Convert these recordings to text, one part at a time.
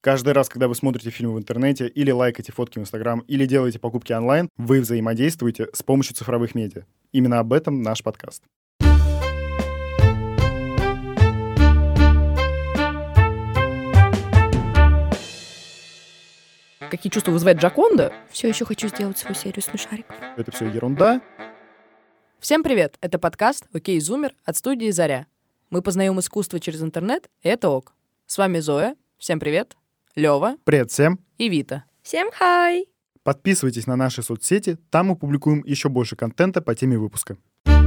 Каждый раз, когда вы смотрите фильмы в интернете, или лайкаете фотки в Инстаграм, или делаете покупки онлайн, вы взаимодействуете с помощью цифровых медиа. Именно об этом наш подкаст. Какие чувства вызывает Джоконда? Все еще хочу сделать свою серию смешариков. Это все ерунда. Всем привет! Это подкаст «Окей, Зумер» от студии «Заря». Мы познаем искусство через интернет, и это ок. С вами Зоя. Всем привет. Лёва. Привет всем. И Вита. Всем хай! Подписывайтесь на наши соцсети, там мы публикуем еще больше контента по теме выпуска.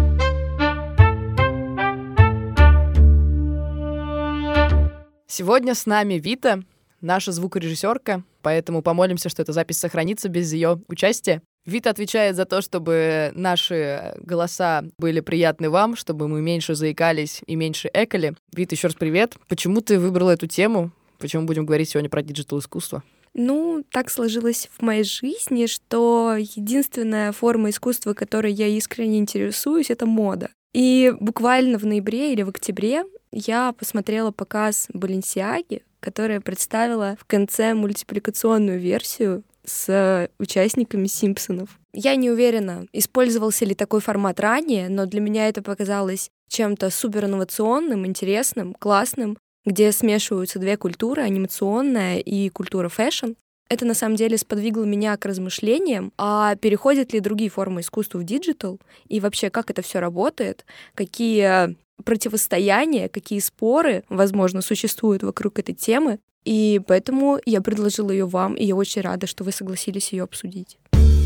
Сегодня с нами Вита, наша звукорежиссерка, поэтому помолимся, что эта запись сохранится без ее участия. Вита отвечает за то, чтобы наши голоса были приятны вам, чтобы мы меньше заикались и меньше экали. Вита, еще раз привет. Почему ты выбрала эту тему? Почему будем говорить сегодня про диджитал-искусство? Так сложилось в моей жизни, что единственная форма искусства, которой я искренне интересуюсь, это мода. И буквально в ноябре или в октябре я посмотрела показ Баленсиаги, которая представила в конце мультипликационную версию с участниками «Симпсонов». Я не уверена, использовался ли такой формат ранее, но для меня это показалось чем-то суперинновационным, интересным, классным, где смешиваются две культуры, анимационная и культура фэшн. Это на самом деле сподвигло меня к размышлениям, а переходят ли другие формы искусства в диджитал, и вообще как это все работает, какие противостояния, какие споры, возможно, существуют вокруг этой темы. И поэтому я предложила ее вам, и я очень рада, что вы согласились ее обсудить.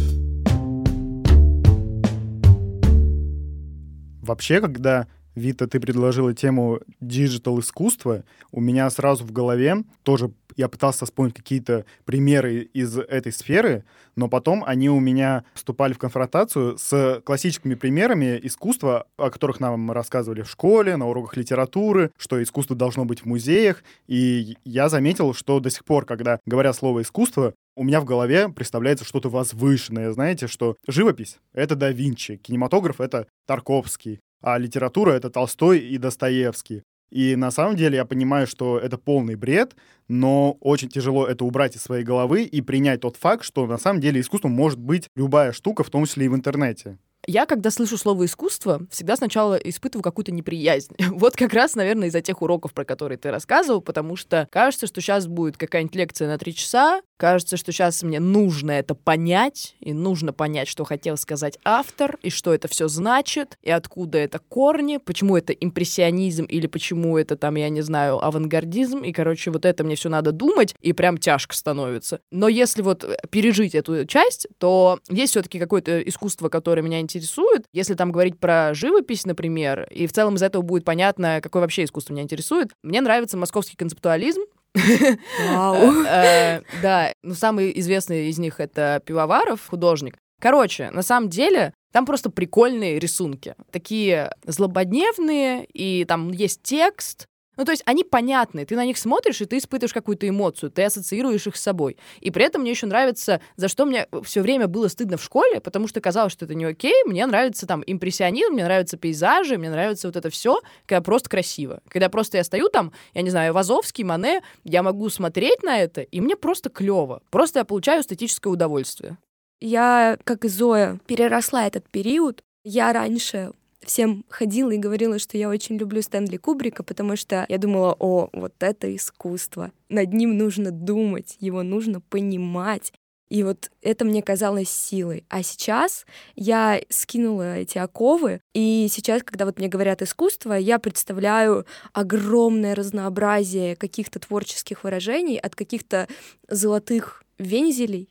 Вообще, когда, Вита, ты предложила тему диджитал-искусства, у меня сразу в голове тоже я пытался вспомнить какие-то примеры из этой сферы, но потом они у меня вступали в конфронтацию с классическими примерами искусства, о которых нам рассказывали в школе, на уроках литературы, что искусство должно быть в музеях. И я заметил, что до сих пор, когда говорят слово «искусство», у меня в голове представляется что-то возвышенное. Знаете, что живопись — это да Винчи, кинематограф — это Тарковский, а литература — это Толстой и Достоевский. И на самом деле я понимаю, что это полный бред, но очень тяжело это убрать из своей головы и принять тот факт, что на самом деле искусством может быть любая штука, в том числе и в интернете. Я, когда слышу слово «искусство», всегда сначала испытываю какую-то неприязнь. Вот как раз, наверное, из-за тех уроков, про которые ты рассказывал, потому что кажется, что сейчас будет какая-нибудь лекция на 3 часа, кажется, что сейчас мне нужно это понять, и нужно понять, что хотел сказать автор, и что это все значит, и откуда это корни, почему это импрессионизм, или почему это там, я не знаю, авангардизм, и, короче, вот это мне все надо думать, и прям тяжко становится. Но если вот пережить эту часть, то есть все-таки какое-то искусство, которое меня интересует. Если там говорить про живопись, например, и в целом из этого будет понятно, какое вообще искусство меня интересует. Мне нравится московский концептуализм. Вау! Да, самый известный из них — это Пивоваров, художник. Короче, на самом деле, там просто прикольные рисунки. Такие злободневные, и там есть текст. То есть они понятны, ты на них смотришь, и ты испытываешь какую-то эмоцию, ты ассоциируешь их с собой. И при этом мне еще нравится, за что мне все время было стыдно в школе, потому что казалось, что это не окей, мне нравится там импрессионизм, мне нравятся пейзажи, мне нравится вот это все, когда просто красиво. Когда просто я стою там, я не знаю, Вазовский, Мане, я могу смотреть на это, и мне просто клево. Просто я получаю эстетическое удовольствие. Я, как и Зоя, переросла этот период. Я раньше всем ходила и говорила, что я очень люблю Стэнли Кубрика, потому что я думала, вот это искусство. Над ним нужно думать, его нужно понимать. И вот это мне казалось силой. А сейчас я скинула эти оковы, и сейчас, когда вот мне говорят искусство, я представляю огромное разнообразие каких-то творческих выражений, от каких-то золотых вензелей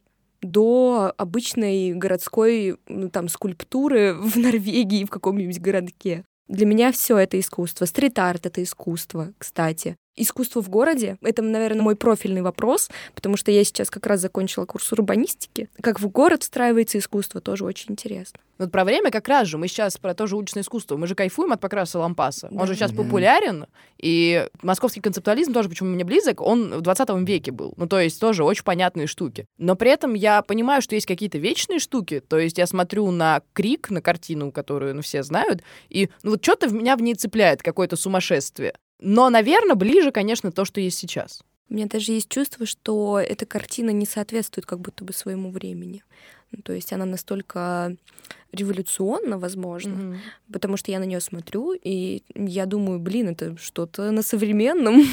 до обычной городской скульптуры в Норвегии в каком-нибудь городке. Для меня все это искусство. Стрит-арт — это искусство, кстати. Искусство в городе — это, наверное, мой профильный вопрос, потому что я сейчас как раз закончила курс урбанистики. Как в город встраивается искусство, тоже очень интересно. Вот про время как раз же. Мы сейчас про тоже уличное искусство. Мы же кайфуем от Покраса Лампаса. Да. Он же сейчас популярен. И московский концептуализм тоже, почему мне близок, он в 20 веке был. То есть тоже очень понятные штуки. Но при этом я понимаю, что есть какие-то вечные штуки. То есть я смотрю на Крик, на картину, которую все знают, и вот что-то меня в ней цепляет, какое-то сумасшествие. Но, наверное, ближе, конечно, то, что есть сейчас. У меня даже есть чувство, что эта картина не соответствует как будто бы своему времени. Ну, то есть она настолько революционна, возможно, потому что я на нее смотрю, и я думаю, блин, это что-то на современном.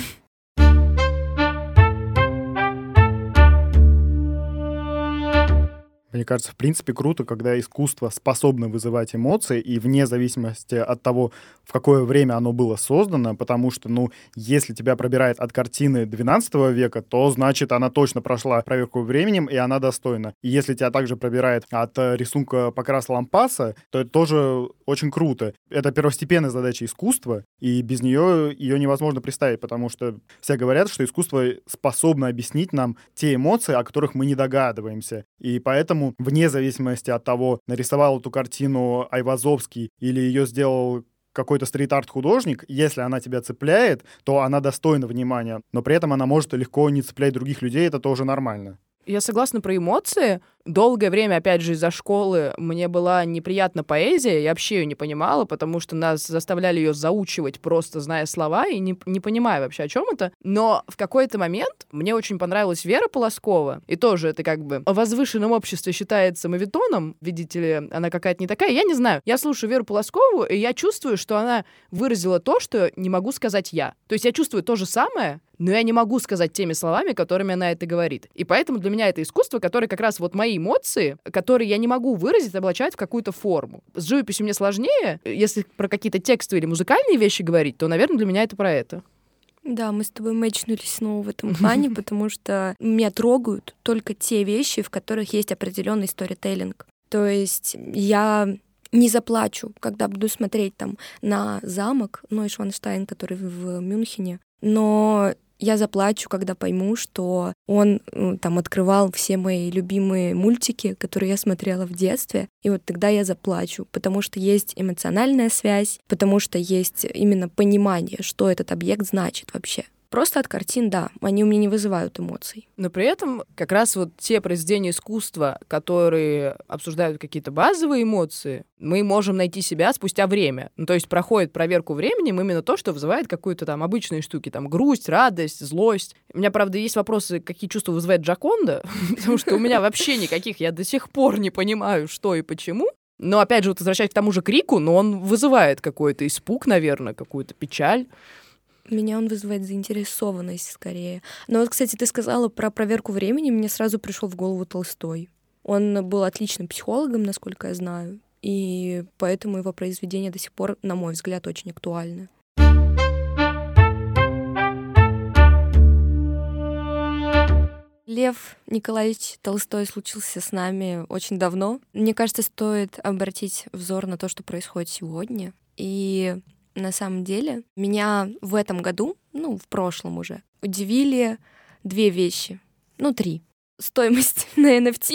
Мне кажется, в принципе, круто, когда искусство способно вызывать эмоции, и вне зависимости от того, в какое время оно было создано, потому что, если тебя пробирает от картины XII века, то, значит, она точно прошла проверку временем, и она достойна. И если тебя также пробирает от рисунка Покраса Лампаса, то это тоже очень круто. Это первостепенная задача искусства, и без нее ее невозможно представить, потому что все говорят, что искусство способно объяснить нам те эмоции, о которых мы не догадываемся. И поэтому вне зависимости от того, нарисовал эту картину Айвазовский или ее сделал какой-то стрит-арт-художник, если она тебя цепляет, то она достойна внимания, но при этом она может легко не цеплять других людей, это тоже нормально. Я согласна про эмоции. Долгое время, опять же, из-за школы мне была неприятна поэзия, я вообще ее не понимала, потому что нас заставляли ее заучивать, просто зная слова, и не понимая вообще, о чем это. Но в какой-то момент мне очень понравилась Вера Полоскова, и тоже это как бы в возвышенном обществе считается моветоном, видите ли, она какая-то не такая, я не знаю. Я слушаю Веру Полоскову, и я чувствую, что она выразила то, что не могу сказать я. То есть я чувствую то же самое, но я не могу сказать теми словами, которыми она это говорит. И поэтому для меня это искусство, которое как раз вот мои эмоции, которые я не могу выразить, облачать в какую-то форму. С живописью мне сложнее. Если про какие-то текстовые или музыкальные вещи говорить, то, наверное, для меня это про это. Да, мы с тобой мэчнулись снова в этом плане, потому что меня трогают только те вещи, в которых есть определенный сторителлинг. То есть я не заплачу, когда буду смотреть там на замок Нойшванштайн, который в Мюнхене, но я заплачу, когда пойму, что он там открывал все мои любимые мультики, которые я смотрела в детстве, и вот тогда я заплачу, потому что есть эмоциональная связь, потому что есть именно понимание, что этот объект значит вообще. Просто от картин, да, они у меня не вызывают эмоций. Но при этом как раз вот те произведения искусства, которые обсуждают какие-то базовые эмоции, мы можем найти себя спустя время. То есть проходит проверку временем именно то, что вызывает какую-то там обычные штуки, там грусть, радость, злость. У меня, правда, есть вопросы, какие чувства вызывает Джоконда, потому что у меня вообще никаких, я до сих пор не понимаю, что и почему. Но опять же, вот возвращаясь к тому же Крику, но он вызывает какой-то испуг, наверное, какую-то печаль. Меня он вызывает заинтересованность скорее. Но вот, кстати, ты сказала про проверку времени, мне сразу пришел в голову Толстой. Он был отличным психологом, насколько я знаю, и поэтому его произведения до сих пор, на мой взгляд, очень актуальны. Лев Николаевич Толстой случился с нами очень давно. Мне кажется, стоит обратить взор на то, что происходит сегодня. И на самом деле меня в этом году, в прошлом уже, удивили две вещи. 3. Стоимость на NFT.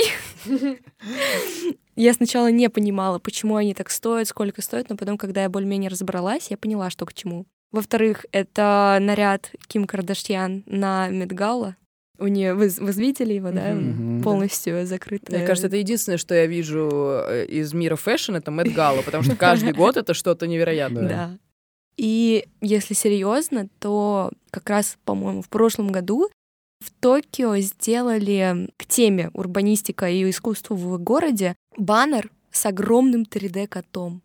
Я сначала не понимала, почему они так стоят, сколько стоят, но потом, когда я более-менее разобралась, я поняла, что к чему. Во-вторых, это наряд Ким Кардашьян на Met-Gala. У нее, вы видели его, да? Полностью закрытый. Мне кажется, это единственное, что я вижу из мира фэшн, это Met-Gala, потому что каждый год это что-то невероятное. Да. И если серьезно, то как раз, по-моему, в прошлом году в Токио сделали к теме урбанистика и искусство в городе баннер с огромным 3D-котом.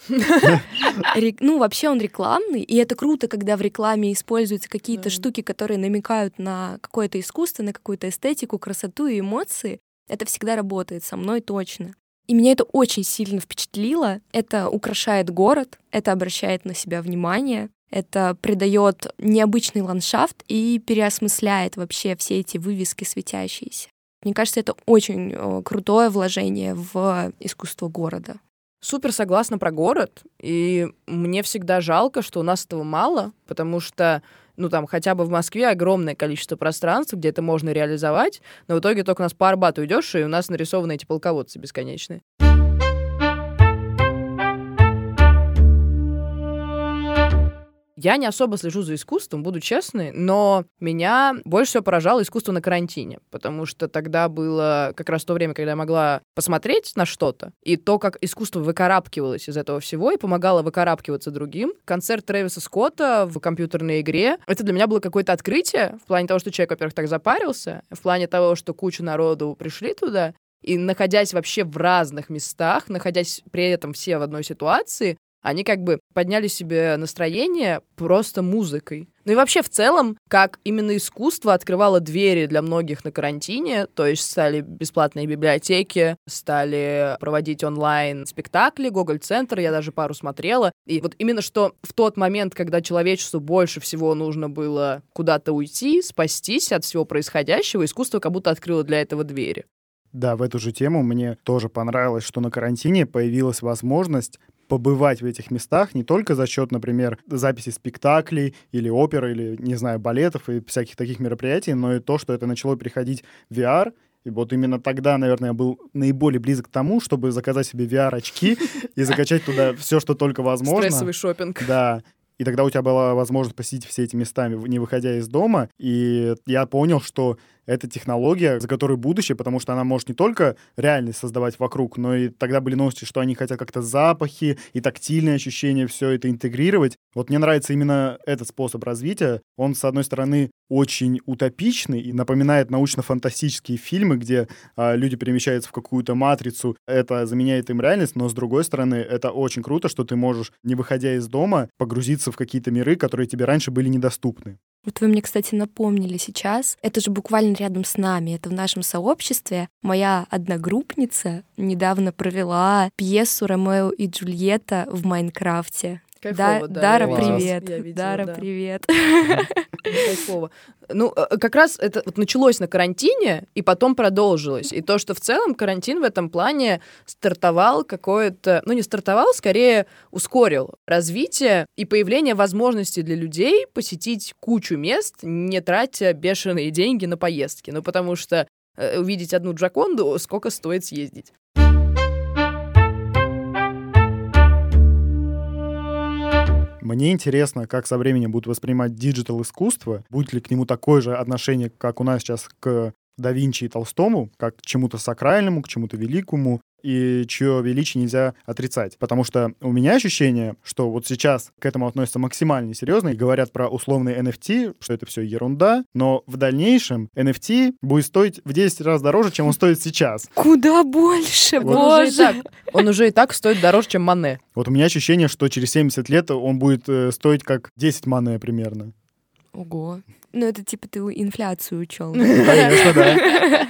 Вообще он рекламный, и это круто, когда в рекламе используются какие-то штуки, которые намекают на какое-то искусство, на какую-то эстетику, красоту и эмоции. Это всегда работает со мной точно. И меня это очень сильно впечатлило. Это украшает город, это обращает на себя внимание, это придает необычный ландшафт и переосмысляет вообще все эти вывески светящиеся. Мне кажется, это очень крутое вложение в искусство города. Супер согласна про город, и мне всегда жалко, что у нас этого мало, потому что, там хотя бы в Москве огромное количество пространств, где это можно реализовать, но в итоге только у нас по Арбату идешь, и у нас нарисованы эти полководцы бесконечные. Я не особо слежу за искусством, буду честной, но меня больше всего поражало искусство на карантине, потому что тогда было как раз то время, когда я могла посмотреть на что-то, и то, как искусство выкарабкивалось из этого всего и помогало выкарабкиваться другим. Концерт Трэвиса Скотта в компьютерной игре — это для меня было какое-то открытие в плане того, что человек, во-первых, так запарился, в плане того, что куча народу пришли туда, и находясь вообще в разных местах, находясь при этом все в одной ситуации, они как бы подняли себе настроение просто музыкой. Ну и вообще в целом, как именно искусство открывало двери для многих на карантине, то есть стали бесплатные библиотеки, стали проводить онлайн-спектакли, Гоголь-центр, я даже пару смотрела. И вот именно что в тот момент, когда человечеству больше всего нужно было куда-то уйти, спастись от всего происходящего, искусство как будто открыло для этого двери. Да, в эту же тему мне тоже понравилось, что на карантине появилась возможность побывать в этих местах не только за счет, например, записи спектаклей или оперы, или, не знаю, балетов и всяких таких мероприятий, но и то, что это начало переходить в VR. И вот именно тогда, наверное, я был наиболее близок к тому, чтобы заказать себе VR-очки и закачать туда все, что только возможно. Стрессовый шопинг. Да. И тогда у тебя была возможность посетить все эти места, не выходя из дома. И я понял, что это технология, за которой будущее, потому что она может не только реальность создавать вокруг, но и тогда были новости, что они хотят как-то запахи и тактильные ощущения, все это интегрировать. Вот мне нравится именно этот способ развития. Он, с одной стороны, очень утопичный и напоминает научно-фантастические фильмы, где люди перемещаются в какую-то матрицу, это заменяет им реальность, но, с другой стороны, это очень круто, что ты можешь, не выходя из дома, погрузиться в какие-то миры, которые тебе раньше были недоступны. Вот вы мне, кстати, напомнили сейчас. Это же буквально рядом с нами, это в нашем сообществе. Моя одногруппница недавно провела пьесу «Ромео и Джульетта» в Майнкрафте. Кайфово, да. Дара, Класс. привет. Я видела, Дара, да. привет. Кайфово. Ну, как раз это вот началось на карантине, и потом продолжилось. И то, что в целом карантин в этом плане стартовал какое-то... Ну, не стартовал, скорее ускорил развитие и появление возможности для людей посетить кучу мест, не тратя бешеные деньги на поездки. Ну, потому что увидеть одну Джоконду сколько стоит съездить. Мне интересно, как со временем будут воспринимать диджитал-искусство, будет ли к нему такое же отношение, как у нас сейчас к да Винчи и Толстому, как к чему-то сакральному, к чему-то великому, и чье величие нельзя отрицать. Потому что у меня ощущение, что вот сейчас к этому относятся максимально серьезно и говорят про условные NFT, что это все ерунда, но в дальнейшем NFT будет стоить в 10 раз дороже, чем он стоит сейчас. Куда больше, Он боже! Он уже и так стоит дороже, чем Мане. Вот у меня ощущение, что через 70 лет он будет стоить как 10 Мане примерно. Ого. Ну, это типа ты инфляцию учел. Конечно, да.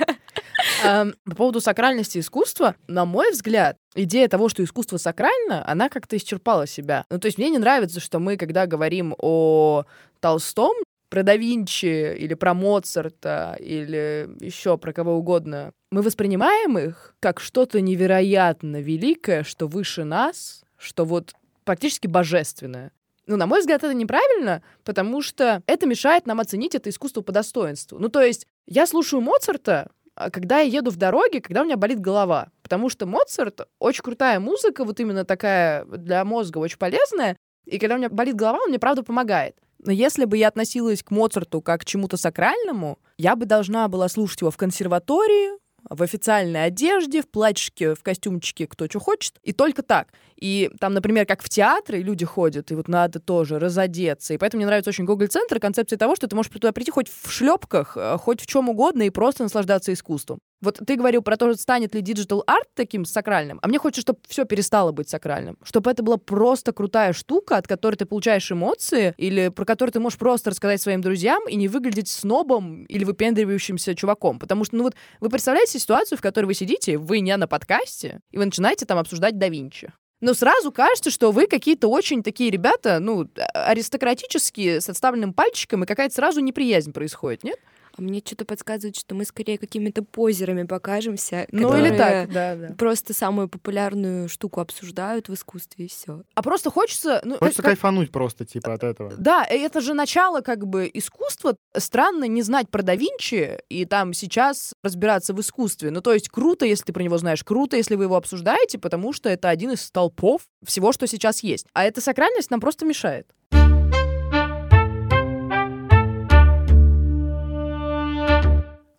По поводу сакральности искусства, на мой взгляд, идея того, что искусство сакрально, она как-то исчерпала себя. Ну, то есть мне не нравится, что мы, когда говорим о Толстом, про да Винчи или про Моцарта или еще про кого угодно, мы воспринимаем их как что-то невероятно великое, что выше нас, что вот практически божественное. Ну, на мой взгляд, это неправильно, потому что это мешает нам оценить это искусство по достоинству. Ну, то есть я слушаю Моцарта, когда я еду в дороге, когда у меня болит голова. Потому что Моцарт — очень крутая музыка, вот именно такая для мозга очень полезная. И когда у меня болит голова, он мне правда помогает. Но если бы я относилась к Моцарту как к чему-то сакральному, я бы должна была слушать его в консерватории, в официальной одежде, в платьишке, в костюмчике, кто что хочет, и только так. И там, например, как в театры люди ходят, и вот надо тоже разодеться. И поэтому мне нравится очень Гоголь-центр, концепция того, что ты можешь туда прийти хоть в шлепках, хоть в чем угодно, и просто наслаждаться искусством. Вот ты говорил про то, станет ли диджитал-арт таким сакральным, а мне хочется, чтобы все перестало быть сакральным. Чтобы это была просто крутая штука, от которой ты получаешь эмоции, или про которую ты можешь просто рассказать своим друзьям и не выглядеть снобом или выпендривающимся чуваком. Потому что, ну вот, вы представляете ситуацию, в которой вы сидите, вы не на подкасте, и вы начинаете там обсуждать да Винчи. Но сразу кажется, что вы какие-то очень такие ребята, ну, аристократические, с отставленным пальчиком, и какая-то сразу неприязнь происходит, нет? А мне что-то подсказывает, что мы скорее какими-то позерами покажемся, Ну которые или так, да. просто самую популярную штуку обсуждают в искусстве, и все. А просто хочется... Ну, Хочется кайфануть просто, типа, от этого. Да, это же начало как бы искусства. Странно не знать про да Винчи и там сейчас разбираться в искусстве. Ну, то есть круто, если ты про него знаешь, круто, если вы его обсуждаете, потому что это один из столпов всего, что сейчас есть. А эта сакральность нам просто мешает.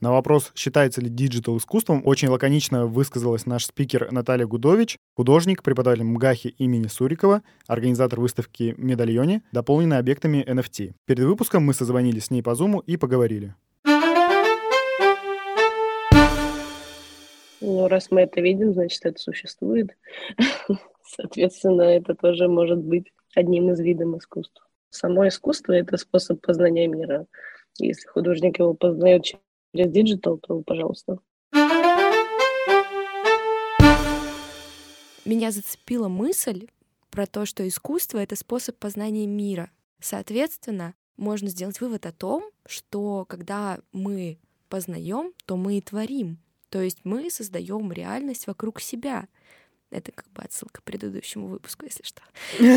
На вопрос, считается ли диджитал искусством, очень лаконично высказалась наш спикер Наталья Гудович, художник, преподаватель МГАХи имени Сурикова, организатор выставки «Медальоне», дополненной объектами NFT. Перед выпуском мы созвонились с ней по Зуму и поговорили. Ну, раз мы это видим, значит, это существует. Соответственно, это тоже может быть одним из видов искусства. Само искусство — это способ познания мира. Если художник его познает через диджитал, то пожалуйста. Меня зацепила мысль про то, что искусство — это способ познания мира. Соответственно, можно сделать вывод о том, что когда мы познаем, то мы и творим. То есть мы создаем реальность вокруг себя. Это как бы отсылка к предыдущему выпуску, если что.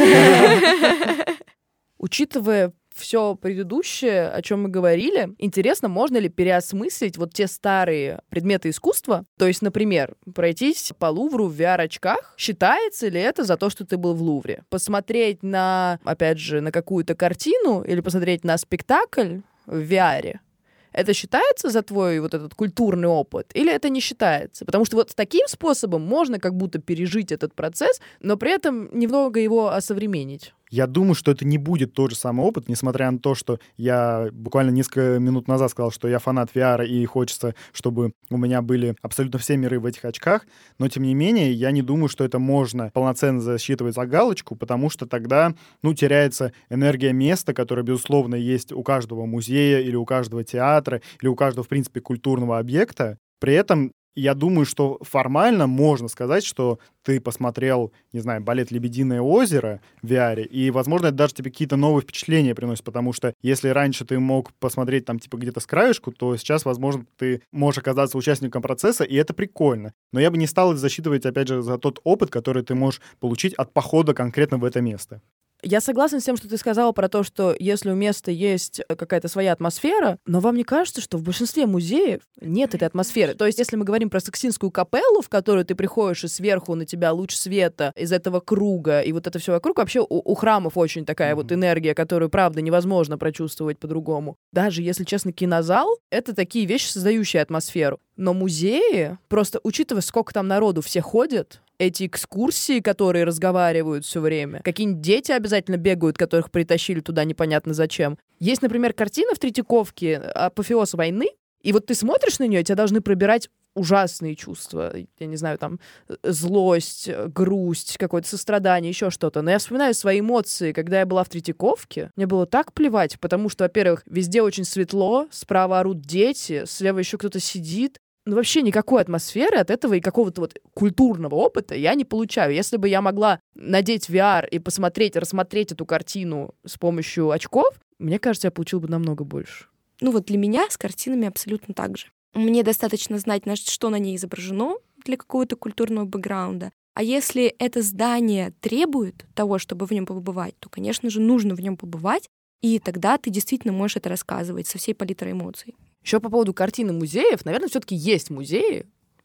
Учитывая все предыдущее, о чем мы говорили, интересно, можно ли переосмыслить вот те старые предметы искусства? То есть, например, пройтись по Лувру в VR-очках. Считается ли это за то, что ты был в Лувре? Посмотреть на, опять же, на какую-то картину или посмотреть на спектакль в VR? Это считается за твой вот этот культурный опыт или это не считается? Потому что вот таким способом можно как будто пережить этот процесс, но при этом немного его осовременить. Я думаю, что это не будет тот же самый опыт, несмотря на то, что я буквально несколько минут назад сказал, что я фанат VR, и хочется, чтобы у меня были абсолютно все миры в этих очках, но, тем не менее, я не думаю, что это можно полноценно засчитывать за галочку, потому что тогда, теряется энергия места, которая, безусловно, есть у каждого музея или у каждого театра, или у каждого, в принципе, культурного объекта. При этом я думаю, что формально можно сказать, что ты посмотрел, не знаю, балет «Лебединое озеро» в VR, и, возможно, это даже тебе какие-то новые впечатления приносит, потому что если раньше ты мог посмотреть там типа где-то с краешку, то сейчас, возможно, ты можешь оказаться участником процесса, и это прикольно. Но я бы не стал это засчитывать, опять же, за тот опыт, который ты можешь получить от похода конкретно в это место. Я согласна с тем, что ты сказала про то, что если у места есть какая-то своя атмосфера, но вам не кажется, что в большинстве музеев нет этой атмосферы? То есть если мы говорим про Сикстинскую капеллу, в которую ты приходишь, и сверху на тебя луч света из этого круга, и вот это все вокруг, вообще у храмов очень такая вот энергия, которую, правда, невозможно прочувствовать по-другому. Даже, если честно, кинозал — это такие вещи, создающие атмосферу. Но музеи, просто учитывая, сколько там народу все ходят, эти экскурсии, которые разговаривают все время, какие-нибудь дети обязательно бегают, которых притащили туда непонятно зачем. Есть, например, картина в Третьяковке «Апофеоз войны», и вот ты смотришь на нее, тебя должны пробирать ужасные чувства. Я не знаю, там, злость, грусть, какое-то сострадание, еще что-то. Но я вспоминаю свои эмоции, когда я была в Третьяковке. Мне было так плевать, потому что, во-первых, везде очень светло, справа орут дети, слева еще кто-то сидит. Вообще никакой атмосферы от этого и какого-то вот культурного опыта я не получаю. Если бы я могла надеть VR и рассмотреть эту картину с помощью очков, мне кажется, я получила бы намного больше. Вот для меня с картинами абсолютно так же. Мне достаточно знать, что на ней изображено для какого-то культурного бэкграунда. А если это здание требует того, чтобы в нем побывать, то, конечно же, нужно в нем побывать, и тогда ты действительно можешь это рассказывать со всей палитрой эмоций. Еще по поводу картины музеев, наверное, все-таки есть музеи,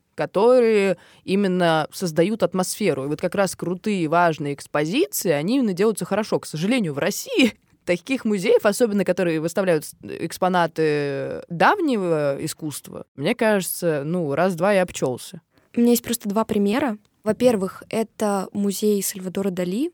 которые именно создают атмосферу. И вот как раз крутые, важные экспозиции, они именно делаются хорошо. К сожалению, в России таких музеев, особенно которые выставляют экспонаты давнего искусства, мне кажется, раз-два и обчелся. У меня есть просто два примера. Во-первых, это музей Сальвадора Дали.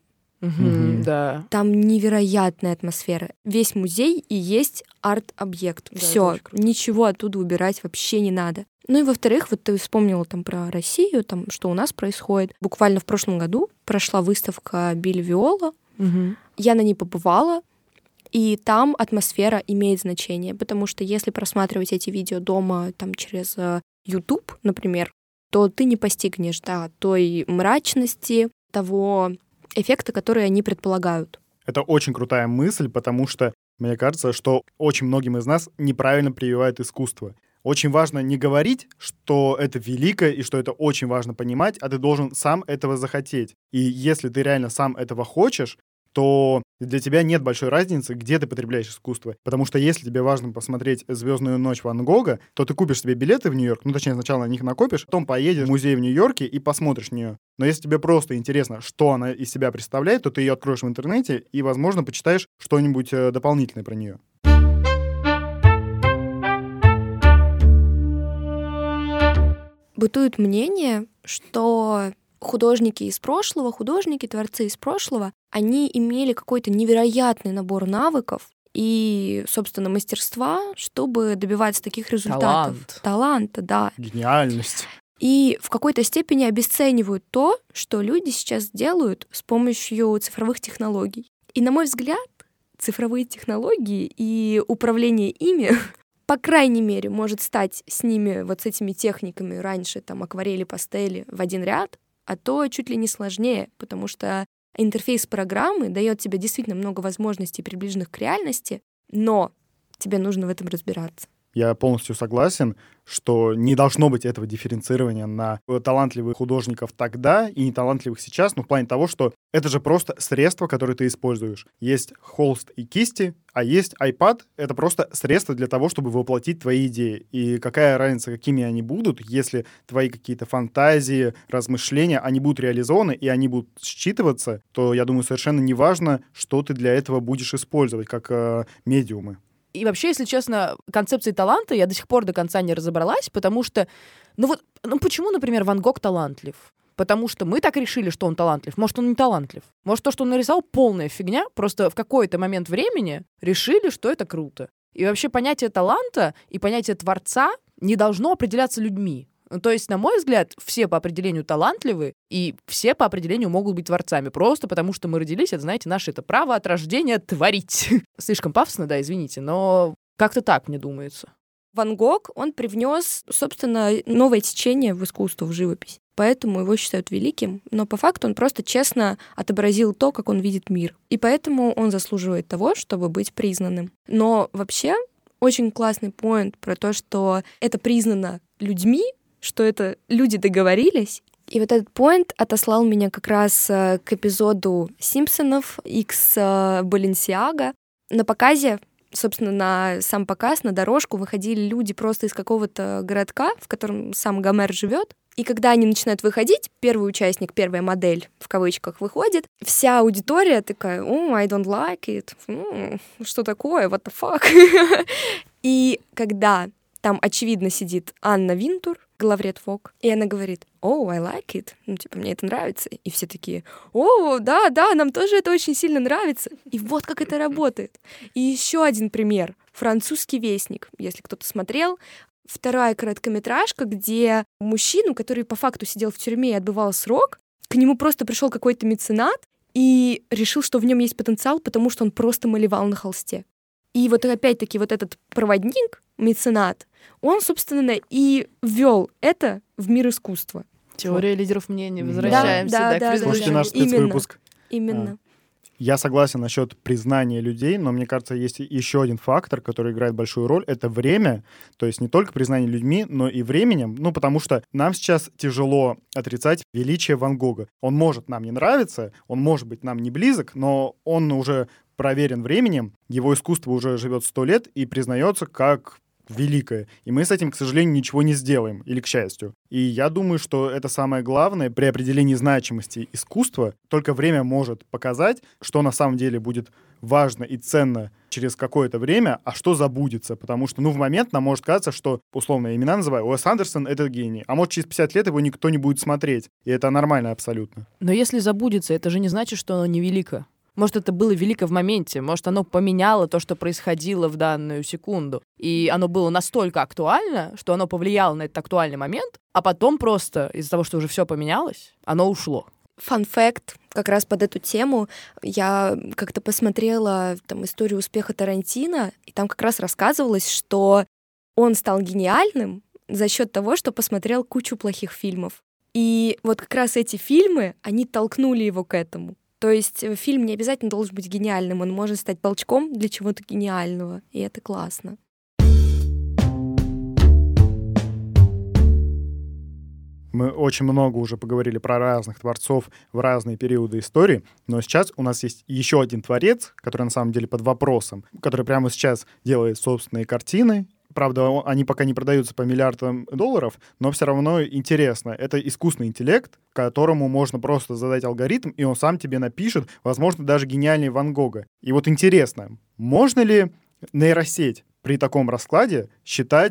Да. Там невероятная атмосфера. Весь музей и есть арт-объект. Да, все, ничего оттуда убирать вообще не надо. И во-вторых, вот ты вспомнила там про Россию, там что у нас происходит. Буквально в прошлом году прошла выставка Билли Виола. Я на ней побывала, и там атмосфера имеет значение, потому что если просматривать эти видео дома там через YouTube, например, то ты не постигнешь той мрачности, того эффекта, который они предполагают. Это очень крутая мысль, потому что мне кажется, что очень многим из нас неправильно прививают искусство. Очень важно не говорить, что это великое и что это очень важно понимать, а ты должен сам этого захотеть. И если ты реально сам этого хочешь, то для тебя нет большой разницы, где ты потребляешь искусство. Потому что если тебе важно посмотреть «Звездную ночь» Ван Гога, то ты купишь себе билеты в Нью-Йорк, точнее, сначала на них накопишь, потом поедешь в музей в Нью-Йорке и посмотришь на нее. Но если тебе просто интересно, что она из себя представляет, то ты ее откроешь в интернете и, возможно, почитаешь что-нибудь дополнительное про нее. бытует мнение, что художники из прошлого, творцы из прошлого, они имели какой-то невероятный набор навыков и, собственно, мастерства, чтобы добиваться таких результатов. Таланта, да. Гениальность. И в какой-то степени обесценивают то, что люди сейчас делают с помощью цифровых технологий. И, на мой взгляд, цифровые технологии и управление ими, по крайней мере, может стать с ними, вот с этими техниками раньше, там, акварели, пастели в один ряд, а то чуть ли не сложнее, потому что интерфейс программы дает тебе действительно много возможностей, приближенных к реальности, но тебе нужно в этом разбираться. Я полностью согласен, что не должно быть этого дифференцирования на талантливых художников тогда и неталантливых сейчас, но в плане того, что это же просто средство, которое ты используешь. Есть холст и кисти, а есть iPad. Это просто средство для того, чтобы воплотить твои идеи. И какая разница, какими они будут, если твои какие-то фантазии, размышления, они будут реализованы и они будут считываться, то, я думаю, совершенно неважно, что ты для этого будешь использовать как медиумы. И вообще, если честно, концепции таланта я до сих пор до конца не разобралась, потому что, почему, например, Ван Гог талантлив? Потому что мы так решили, что он талантлив. Может, он не талантлив. Может, то, что он нарисовал, полная фигня. Просто в какой-то момент времени решили, что это круто. И вообще понятие таланта и понятие творца не должно определяться людьми. То есть, на мой взгляд, все по определению талантливы, и все по определению могут быть творцами. Просто потому, что мы родились, это, знаете, наше это право от рождения творить. Слишком пафосно, да, извините, но как-то так, мне думается. Ван Гог, он привнес, собственно, новое течение в искусство, в живопись. Поэтому его считают великим, но по факту он просто честно отобразил то, как он видит мир. И поэтому он заслуживает того, чтобы быть признанным. Но вообще очень классный поинт про то, что это признано людьми, что это люди договорились. И вот этот поинт отослал меня как раз к эпизоду «Симпсонов» X Balenciaga. На показе, собственно, на сам показ, на дорожку выходили люди просто из какого-то городка, в котором сам Гомер живет. И когда они начинают выходить, первый участник, первая модель, в кавычках, выходит, вся аудитория такая: «Oh, I don't like it». Что такое? What the fuck? И когда там, очевидно, сидит Анна Винтур, главред Vogue, и она говорит: «Oh, I like it». Мне это нравится. И все такие: «О, да, нам тоже это очень сильно нравится». И вот как это работает. И еще один пример. «Французский вестник», если кто-то смотрел. Вторая короткометражка, где мужчину, который по факту сидел в тюрьме и отбывал срок, к нему просто пришел какой-то меценат и решил, что в нем есть потенциал, потому что он просто малевал на холсте. И вот опять-таки вот этот проводник, меценат, он, собственно, и ввел это в мир искусства. Теория лидеров мнений. Возвращаемся к предыдущему. Слушайте наш спецвыпуск. Именно. Я согласен насчет признания людей, но мне кажется, есть еще один фактор, который играет большую роль. Это время. То есть не только признание людьми, но и временем. Потому что нам сейчас тяжело отрицать величие Ван Гога. Он может нам не нравиться, он может быть нам не близок, но он уже проверен временем, его искусство уже живет 100 лет и признается как великое. И мы с этим, к сожалению, ничего не сделаем, или к счастью. И я думаю, что это самое главное при определении значимости искусства. Только время может показать, что на самом деле будет важно и ценно через какое-то время, а что забудется. Потому что, в момент нам может казаться, что, условно, я имена называю, Уэс Андерсон — это гений. А может, через 50 лет его никто не будет смотреть. И это нормально абсолютно. Но если забудется, это же не значит, что оно не велико. Может, это было велико в моменте, может, оно поменяло то, что происходило в данную секунду. И оно было настолько актуально, что оно повлияло на этот актуальный момент, а потом просто из-за того, что уже все поменялось, оно ушло. Фан-факт как раз под эту тему. Я как-то посмотрела историю успеха Тарантино, и там как раз рассказывалось, что он стал гениальным за счет того, что посмотрел кучу плохих фильмов. И вот как раз эти фильмы, они толкнули его к этому. То есть фильм не обязательно должен быть гениальным, он может стать толчком для чего-то гениального, и это классно. Мы очень много уже поговорили про разных творцов в разные периоды истории, но сейчас у нас есть еще один творец, который на самом деле под вопросом, который прямо сейчас делает собственные картины. Правда, они пока не продаются по миллиардам долларов, но все равно интересно. Это искусственный интеллект, которому можно просто задать алгоритм, и он сам тебе напишет, возможно, даже гениальнее Ван Гога. И вот интересно, можно ли нейросеть при таком раскладе считать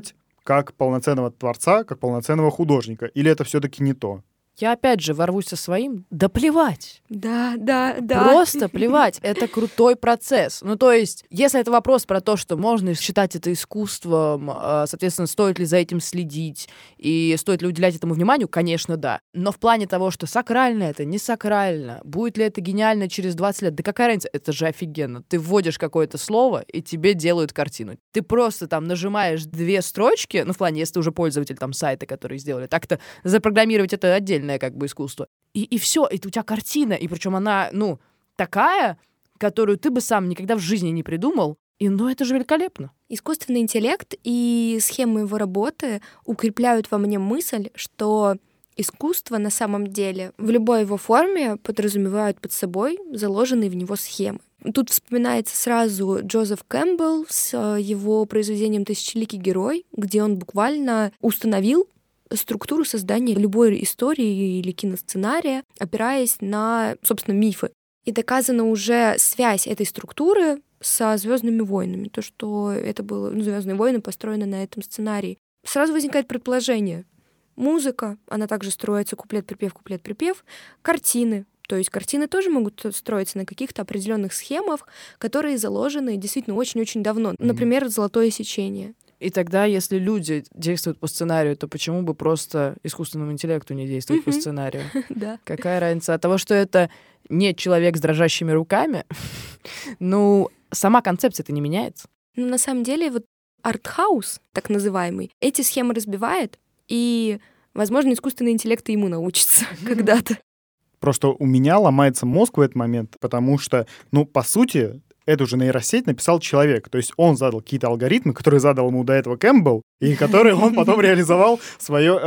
как полноценного творца, как полноценного художника? Или это все-таки не то? Я опять же ворвусь со своим. Да плевать. Да. Просто плевать. Это крутой процесс. Ну, то есть, если это вопрос про то, что можно считать это искусством, соответственно, стоит ли за этим следить и стоит ли уделять этому вниманию, конечно, да. Но в плане того, что сакрально это, не сакрально, будет ли это гениально через 20 лет, да какая разница? Это же офигенно. Ты вводишь какое-то слово, и тебе делают картину. Ты просто там нажимаешь 2 строчки, ну, в плане, если ты уже пользователь там сайта, который сделали, так-то запрограммировать это отдельно как бы искусство. И все, и у тебя картина, и причем она, ну, такая, которую ты бы сам никогда в жизни не придумал, и, ну, это же великолепно. Искусственный интеллект и схемы его работы укрепляют во мне мысль, что искусство на самом деле в любой его форме подразумевают под собой заложенные в него схемы. Тут вспоминается сразу Джозеф Кэмпбелл с его произведением «Тысячеликий герой», где он буквально установил структуру создания любой истории или киносценария, опираясь на, собственно, мифы. И доказана уже связь этой структуры со «Звездными войнами», то, что это было, «Звездные войны» построены на этом сценарии. Сразу возникает предположение. Музыка, она также строится куплет-припев, куплет-припев. Картины. То есть картины тоже могут строиться на каких-то определенных схемах, которые заложены действительно очень-очень давно. Например, «Золотое сечение». И тогда, если люди действуют по сценарию, то почему бы просто искусственному интеллекту не действовать по сценарию? Да. Какая разница? От того, что это не человек с дрожащими руками, ну, сама концепция-то не меняется. Ну, на самом деле, вот артхаус, так называемый, эти схемы разбивает, и, возможно, искусственный интеллект и ему научится когда-то. Просто у меня ломается мозг в этот момент, потому что, ну, по сути, эту же нейросеть написал человек. То есть он задал какие-то алгоритмы, которые задал ему до этого Кэмпбелл, и которые он потом реализовал в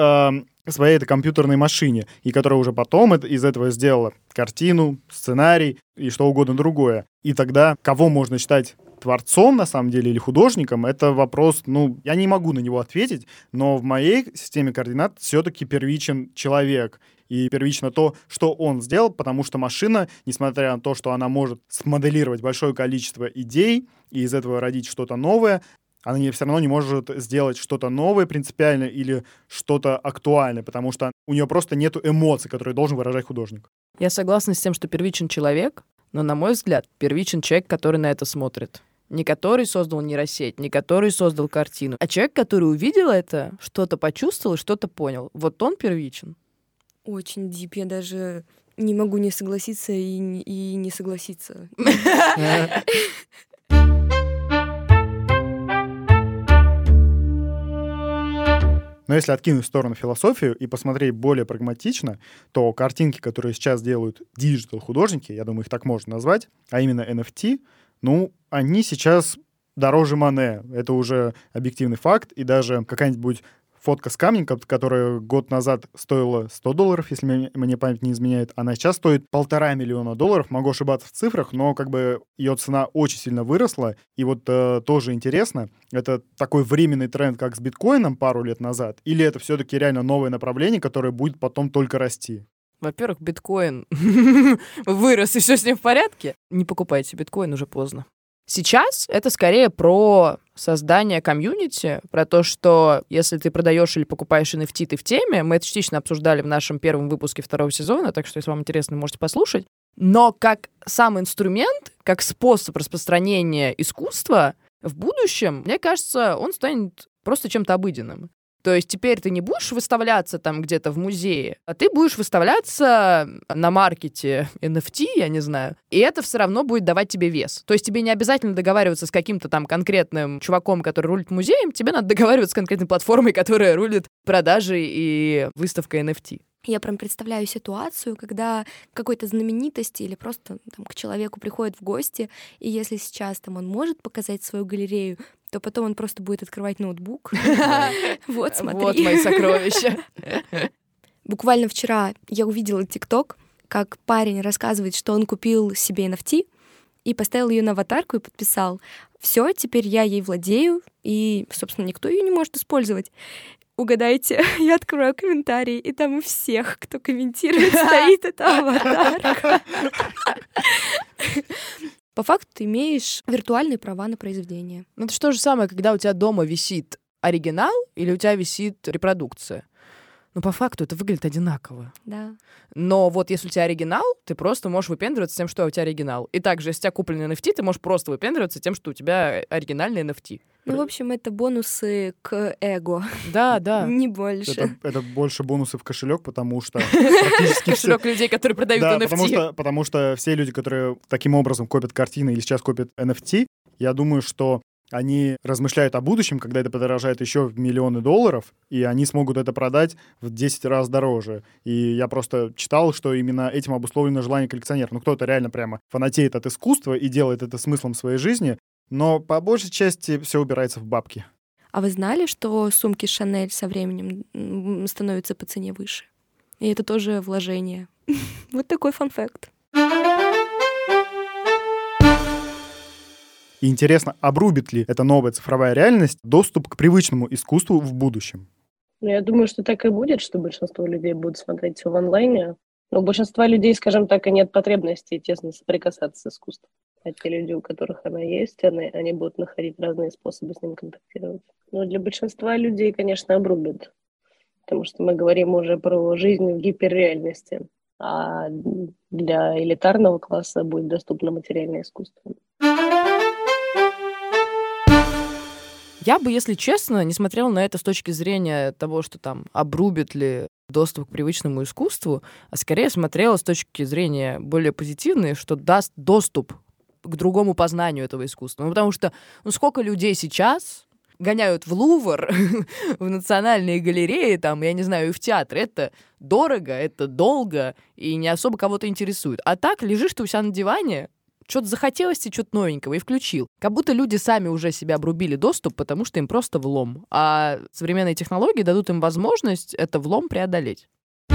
своей этой компьютерной машине, и которая уже потом из этого сделала картину, сценарий и что угодно другое. И тогда кого можно считать творцом, на самом деле, или художником, это вопрос, ну, я не могу на него ответить, но в моей системе координат все-таки первичен человек. И первично то, что он сделал, потому что машина, несмотря на то, что она может смоделировать большое количество идей и из этого родить что-то новое, она все равно не может сделать что-то новое принципиально или что-то актуальное, потому что у нее просто нет эмоций, которые должен выражать художник. Я согласна с тем, что первичен человек, но, на мой взгляд, первичен человек, который на это смотрит. Не который создал нейросеть, не который создал картину, а человек, который увидел это, что-то почувствовал и что-то понял. Вот он первичен. Очень дип, я даже не могу не согласиться и не согласиться. Но если откинуть в сторону философию и посмотреть более прагматично, то картинки, которые сейчас делают диджитал-художники, я думаю, их так можно назвать, а именно NFT, ну, они сейчас дороже Мане. Это уже объективный факт, и даже какая-нибудь фотка с камнем, которая год назад стоила $100, если мне память не изменяет, она сейчас стоит $1,5 миллиона. Могу ошибаться в цифрах, но как бы ее цена очень сильно выросла. И вот тоже интересно, это такой временный тренд, как с биткоином пару лет назад, или это все-таки реально новое направление, которое будет потом только расти? Во-первых, биткоин вырос, и все с ним в порядке. Не покупайте биткоин, уже поздно. Сейчас это скорее про создание комьюнити, про то, что если ты продаешь или покупаешь NFT, ты в теме. Мы это частично обсуждали в нашем первом выпуске 2-го сезона, так что, если вам интересно, можете послушать. Но как сам инструмент, как способ распространения искусства в будущем, мне кажется, он станет просто чем-то обыденным. То есть теперь ты не будешь выставляться там где-то в музее, а ты будешь выставляться на маркете NFT, я не знаю, и это все равно будет давать тебе вес. То есть тебе не обязательно договариваться с каким-то там конкретным чуваком, который рулит музеем, тебе надо договариваться с конкретной платформой, которая рулит продажей и выставкой NFT. Я прям представляю ситуацию, когда какой-то знаменитости или просто там, к человеку приходит в гости, и если сейчас там он может показать свою галерею, то потом он просто будет открывать ноутбук. Вот, смотри. Вот мои сокровища. Буквально вчера я увидела ТикТок, как парень рассказывает, что он купил себе NFT и поставил ее на аватарку и подписал: «Все, теперь я ей владею, и, собственно, никто ее не может использовать». Угадайте, я открою комментарии, и там у всех, кто комментирует, стоит эта аватарка. По факту ты имеешь виртуальные права на произведение. Ну, это же то же самое, когда у тебя дома висит оригинал или у тебя висит репродукция. Но по факту это выглядит одинаково. Да. Но вот если у тебя оригинал, ты просто можешь выпендриваться тем, что у тебя оригинал. И также, если у тебя купленный NFT, ты можешь просто выпендриваться тем, что у тебя оригинальный NFT. Ну, в общем, это бонусы к эго. Да, да. Не больше. Это больше бонусы в кошелек, потому что практически все... Кошелек людей, которые продают Да, NFT. потому что все люди, которые таким образом копят картины или сейчас копят NFT, я думаю, что они размышляют о будущем, когда это подорожает еще в миллионы долларов, и они смогут это продать в 10 раз дороже. И я просто читал, что именно этим обусловлено желание коллекционеров. Ну, кто-то реально прямо фанатеет от искусства и делает это смыслом своей жизни, но по большей части все упирается в бабки. А вы знали, что сумки Шанель со временем становятся по цене выше? И это тоже вложение. Вот такой фан-факт. И интересно, обрубит ли эта новая цифровая реальность доступ к привычному искусству в будущем? Ну, я думаю, что так и будет, что большинство людей будут смотреть все в онлайне. Но у большинства людей, скажем так, и нет потребности тесно соприкасаться с искусством. А те люди, у которых она есть, они будут находить разные способы с ним контактировать. Но для большинства людей, конечно, обрубит. Потому что мы говорим уже про жизнь в гиперреальности. А для элитарного класса будет доступно материальное искусство. Я бы, если честно, не смотрела на это с точки зрения того, что там обрубит ли доступ к привычному искусству, а скорее смотрела с точки зрения более позитивной, что даст доступ к другому познанию этого искусства. Ну, потому что сколько людей сейчас гоняют в Лувр, в национальные галереи, там, я не знаю, и в театр. Это дорого, это долго, и не особо кого-то интересует. А так лежишь ты у себя на диване, что-то захотелось тебе, что-то новенького, и включил. Как будто люди сами уже себе обрубили доступ, потому что им просто влом. А современные технологии дадут им возможность это влом преодолеть.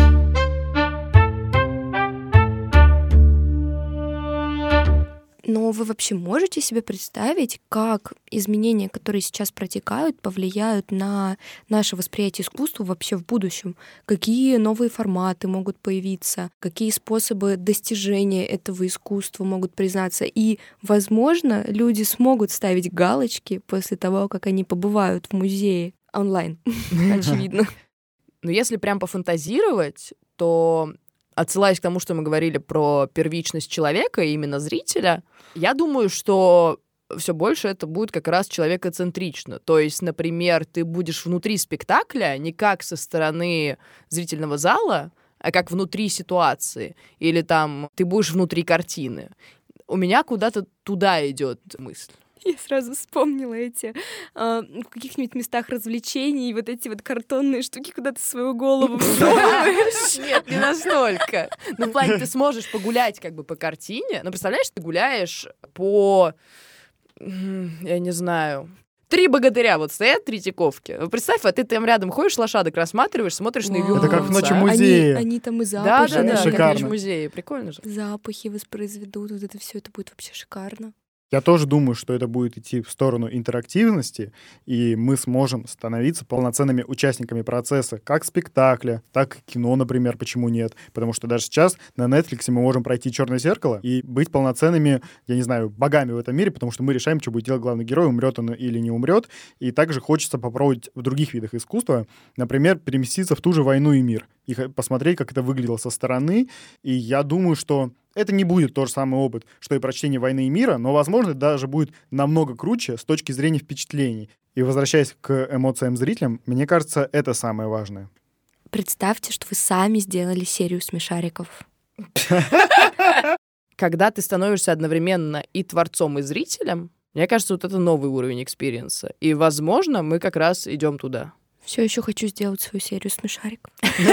Но вы вообще можете себе представить, как изменения, которые сейчас протекают, повлияют на наше восприятие искусства вообще в будущем? Какие новые форматы могут появиться? Какие способы достижения этого искусства могут признаться? И, возможно, люди смогут ставить галочки после того, как они побывают в музее онлайн, очевидно. Но если прям пофантазировать, то, отсылаясь к тому, что мы говорили про первичность человека и именно зрителя, я думаю, что все больше это будет как раз человекоцентрично. То есть, например, ты будешь внутри спектакля не как со стороны зрительного зала, а как внутри ситуации. Или там ты будешь внутри картины. У меня куда-то туда идет мысль. Я сразу вспомнила эти в каких-нибудь местах развлечений, вот эти вот картонные штуки, куда ты свою голову всовываешь. Нет, не настолько. Ну, в плане, ты сможешь погулять как бы по картине, но представляешь, ты гуляешь по, я не знаю, 3 богатыря, вот стоят Третьяковки. Представь, а ты там рядом ходишь, лошадок рассматриваешь, смотришь на Юру. Это как в «Ночи музея». Они там и запахи. Да, как в шикарно. «Ночи музея». Прикольно же. Запахи воспроизведут, вот это все, это будет вообще шикарно. Я тоже думаю, что это будет идти в сторону интерактивности, и мы сможем становиться полноценными участниками процесса, как спектакля, так и кино, например, почему нет. Потому что даже сейчас на Netflix мы можем пройти «Черное зеркало» и быть полноценными, я не знаю, богами в этом мире, потому что мы решаем, что будет делать главный герой, умрет он или не умрет. И также хочется попробовать в других видах искусства, например, переместиться в ту же «Войну и мир» и посмотреть, как это выглядело со стороны. И я думаю, что это не будет тот же самый опыт, что и прочтение «Войны и мира», но, возможно, даже будет намного круче с точки зрения впечатлений. И возвращаясь к эмоциям зрителям, мне кажется, это самое важное. Представьте, что вы сами сделали серию смешариков. Когда ты становишься одновременно и творцом, и зрителем, мне кажется, вот это новый уровень экспириенса. И, возможно, мы как раз идем туда. Все еще хочу сделать свою серию смешариков.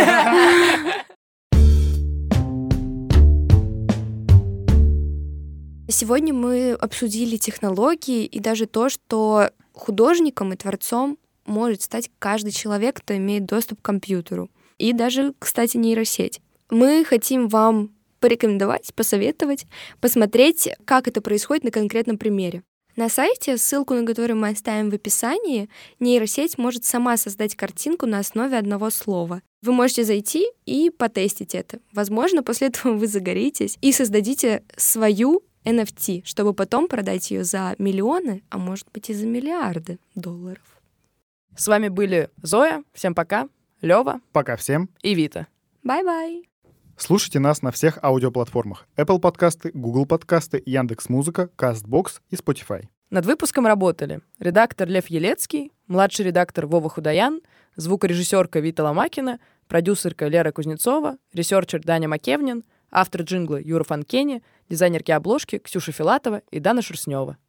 Сегодня мы обсудили технологии и даже то, что художником и творцом может стать каждый человек, кто имеет доступ к компьютеру. И даже, кстати, нейросеть. Мы хотим вам порекомендовать, посоветовать, посмотреть, как это происходит на конкретном примере. На сайте, ссылку на который мы оставим в описании, нейросеть может сама создать картинку на основе одного слова. Вы можете зайти и потестить это. Возможно, после этого вы загоритесь и создадите свою NFT, чтобы потом продать ее за миллионы, а может быть и за миллиарды долларов. С вами были Зоя, всем пока, Лёва Пока всем. и Вита. Бай-бай! Слушайте нас на всех аудиоплатформах: Apple подкасты, Google подкасты, Яндекс.Музыка, Castbox и Spotify. Над выпуском работали редактор Лев Елецкий, младший редактор Вова Худоян, звукорежиссерка Вита Ломакина, продюсерка Лера Кузнецова, ресерчер Даня Макевнин, автор джингла Юра Фанкени, дизайнерки обложки Ксюша Филатова и Дана Шерстнева.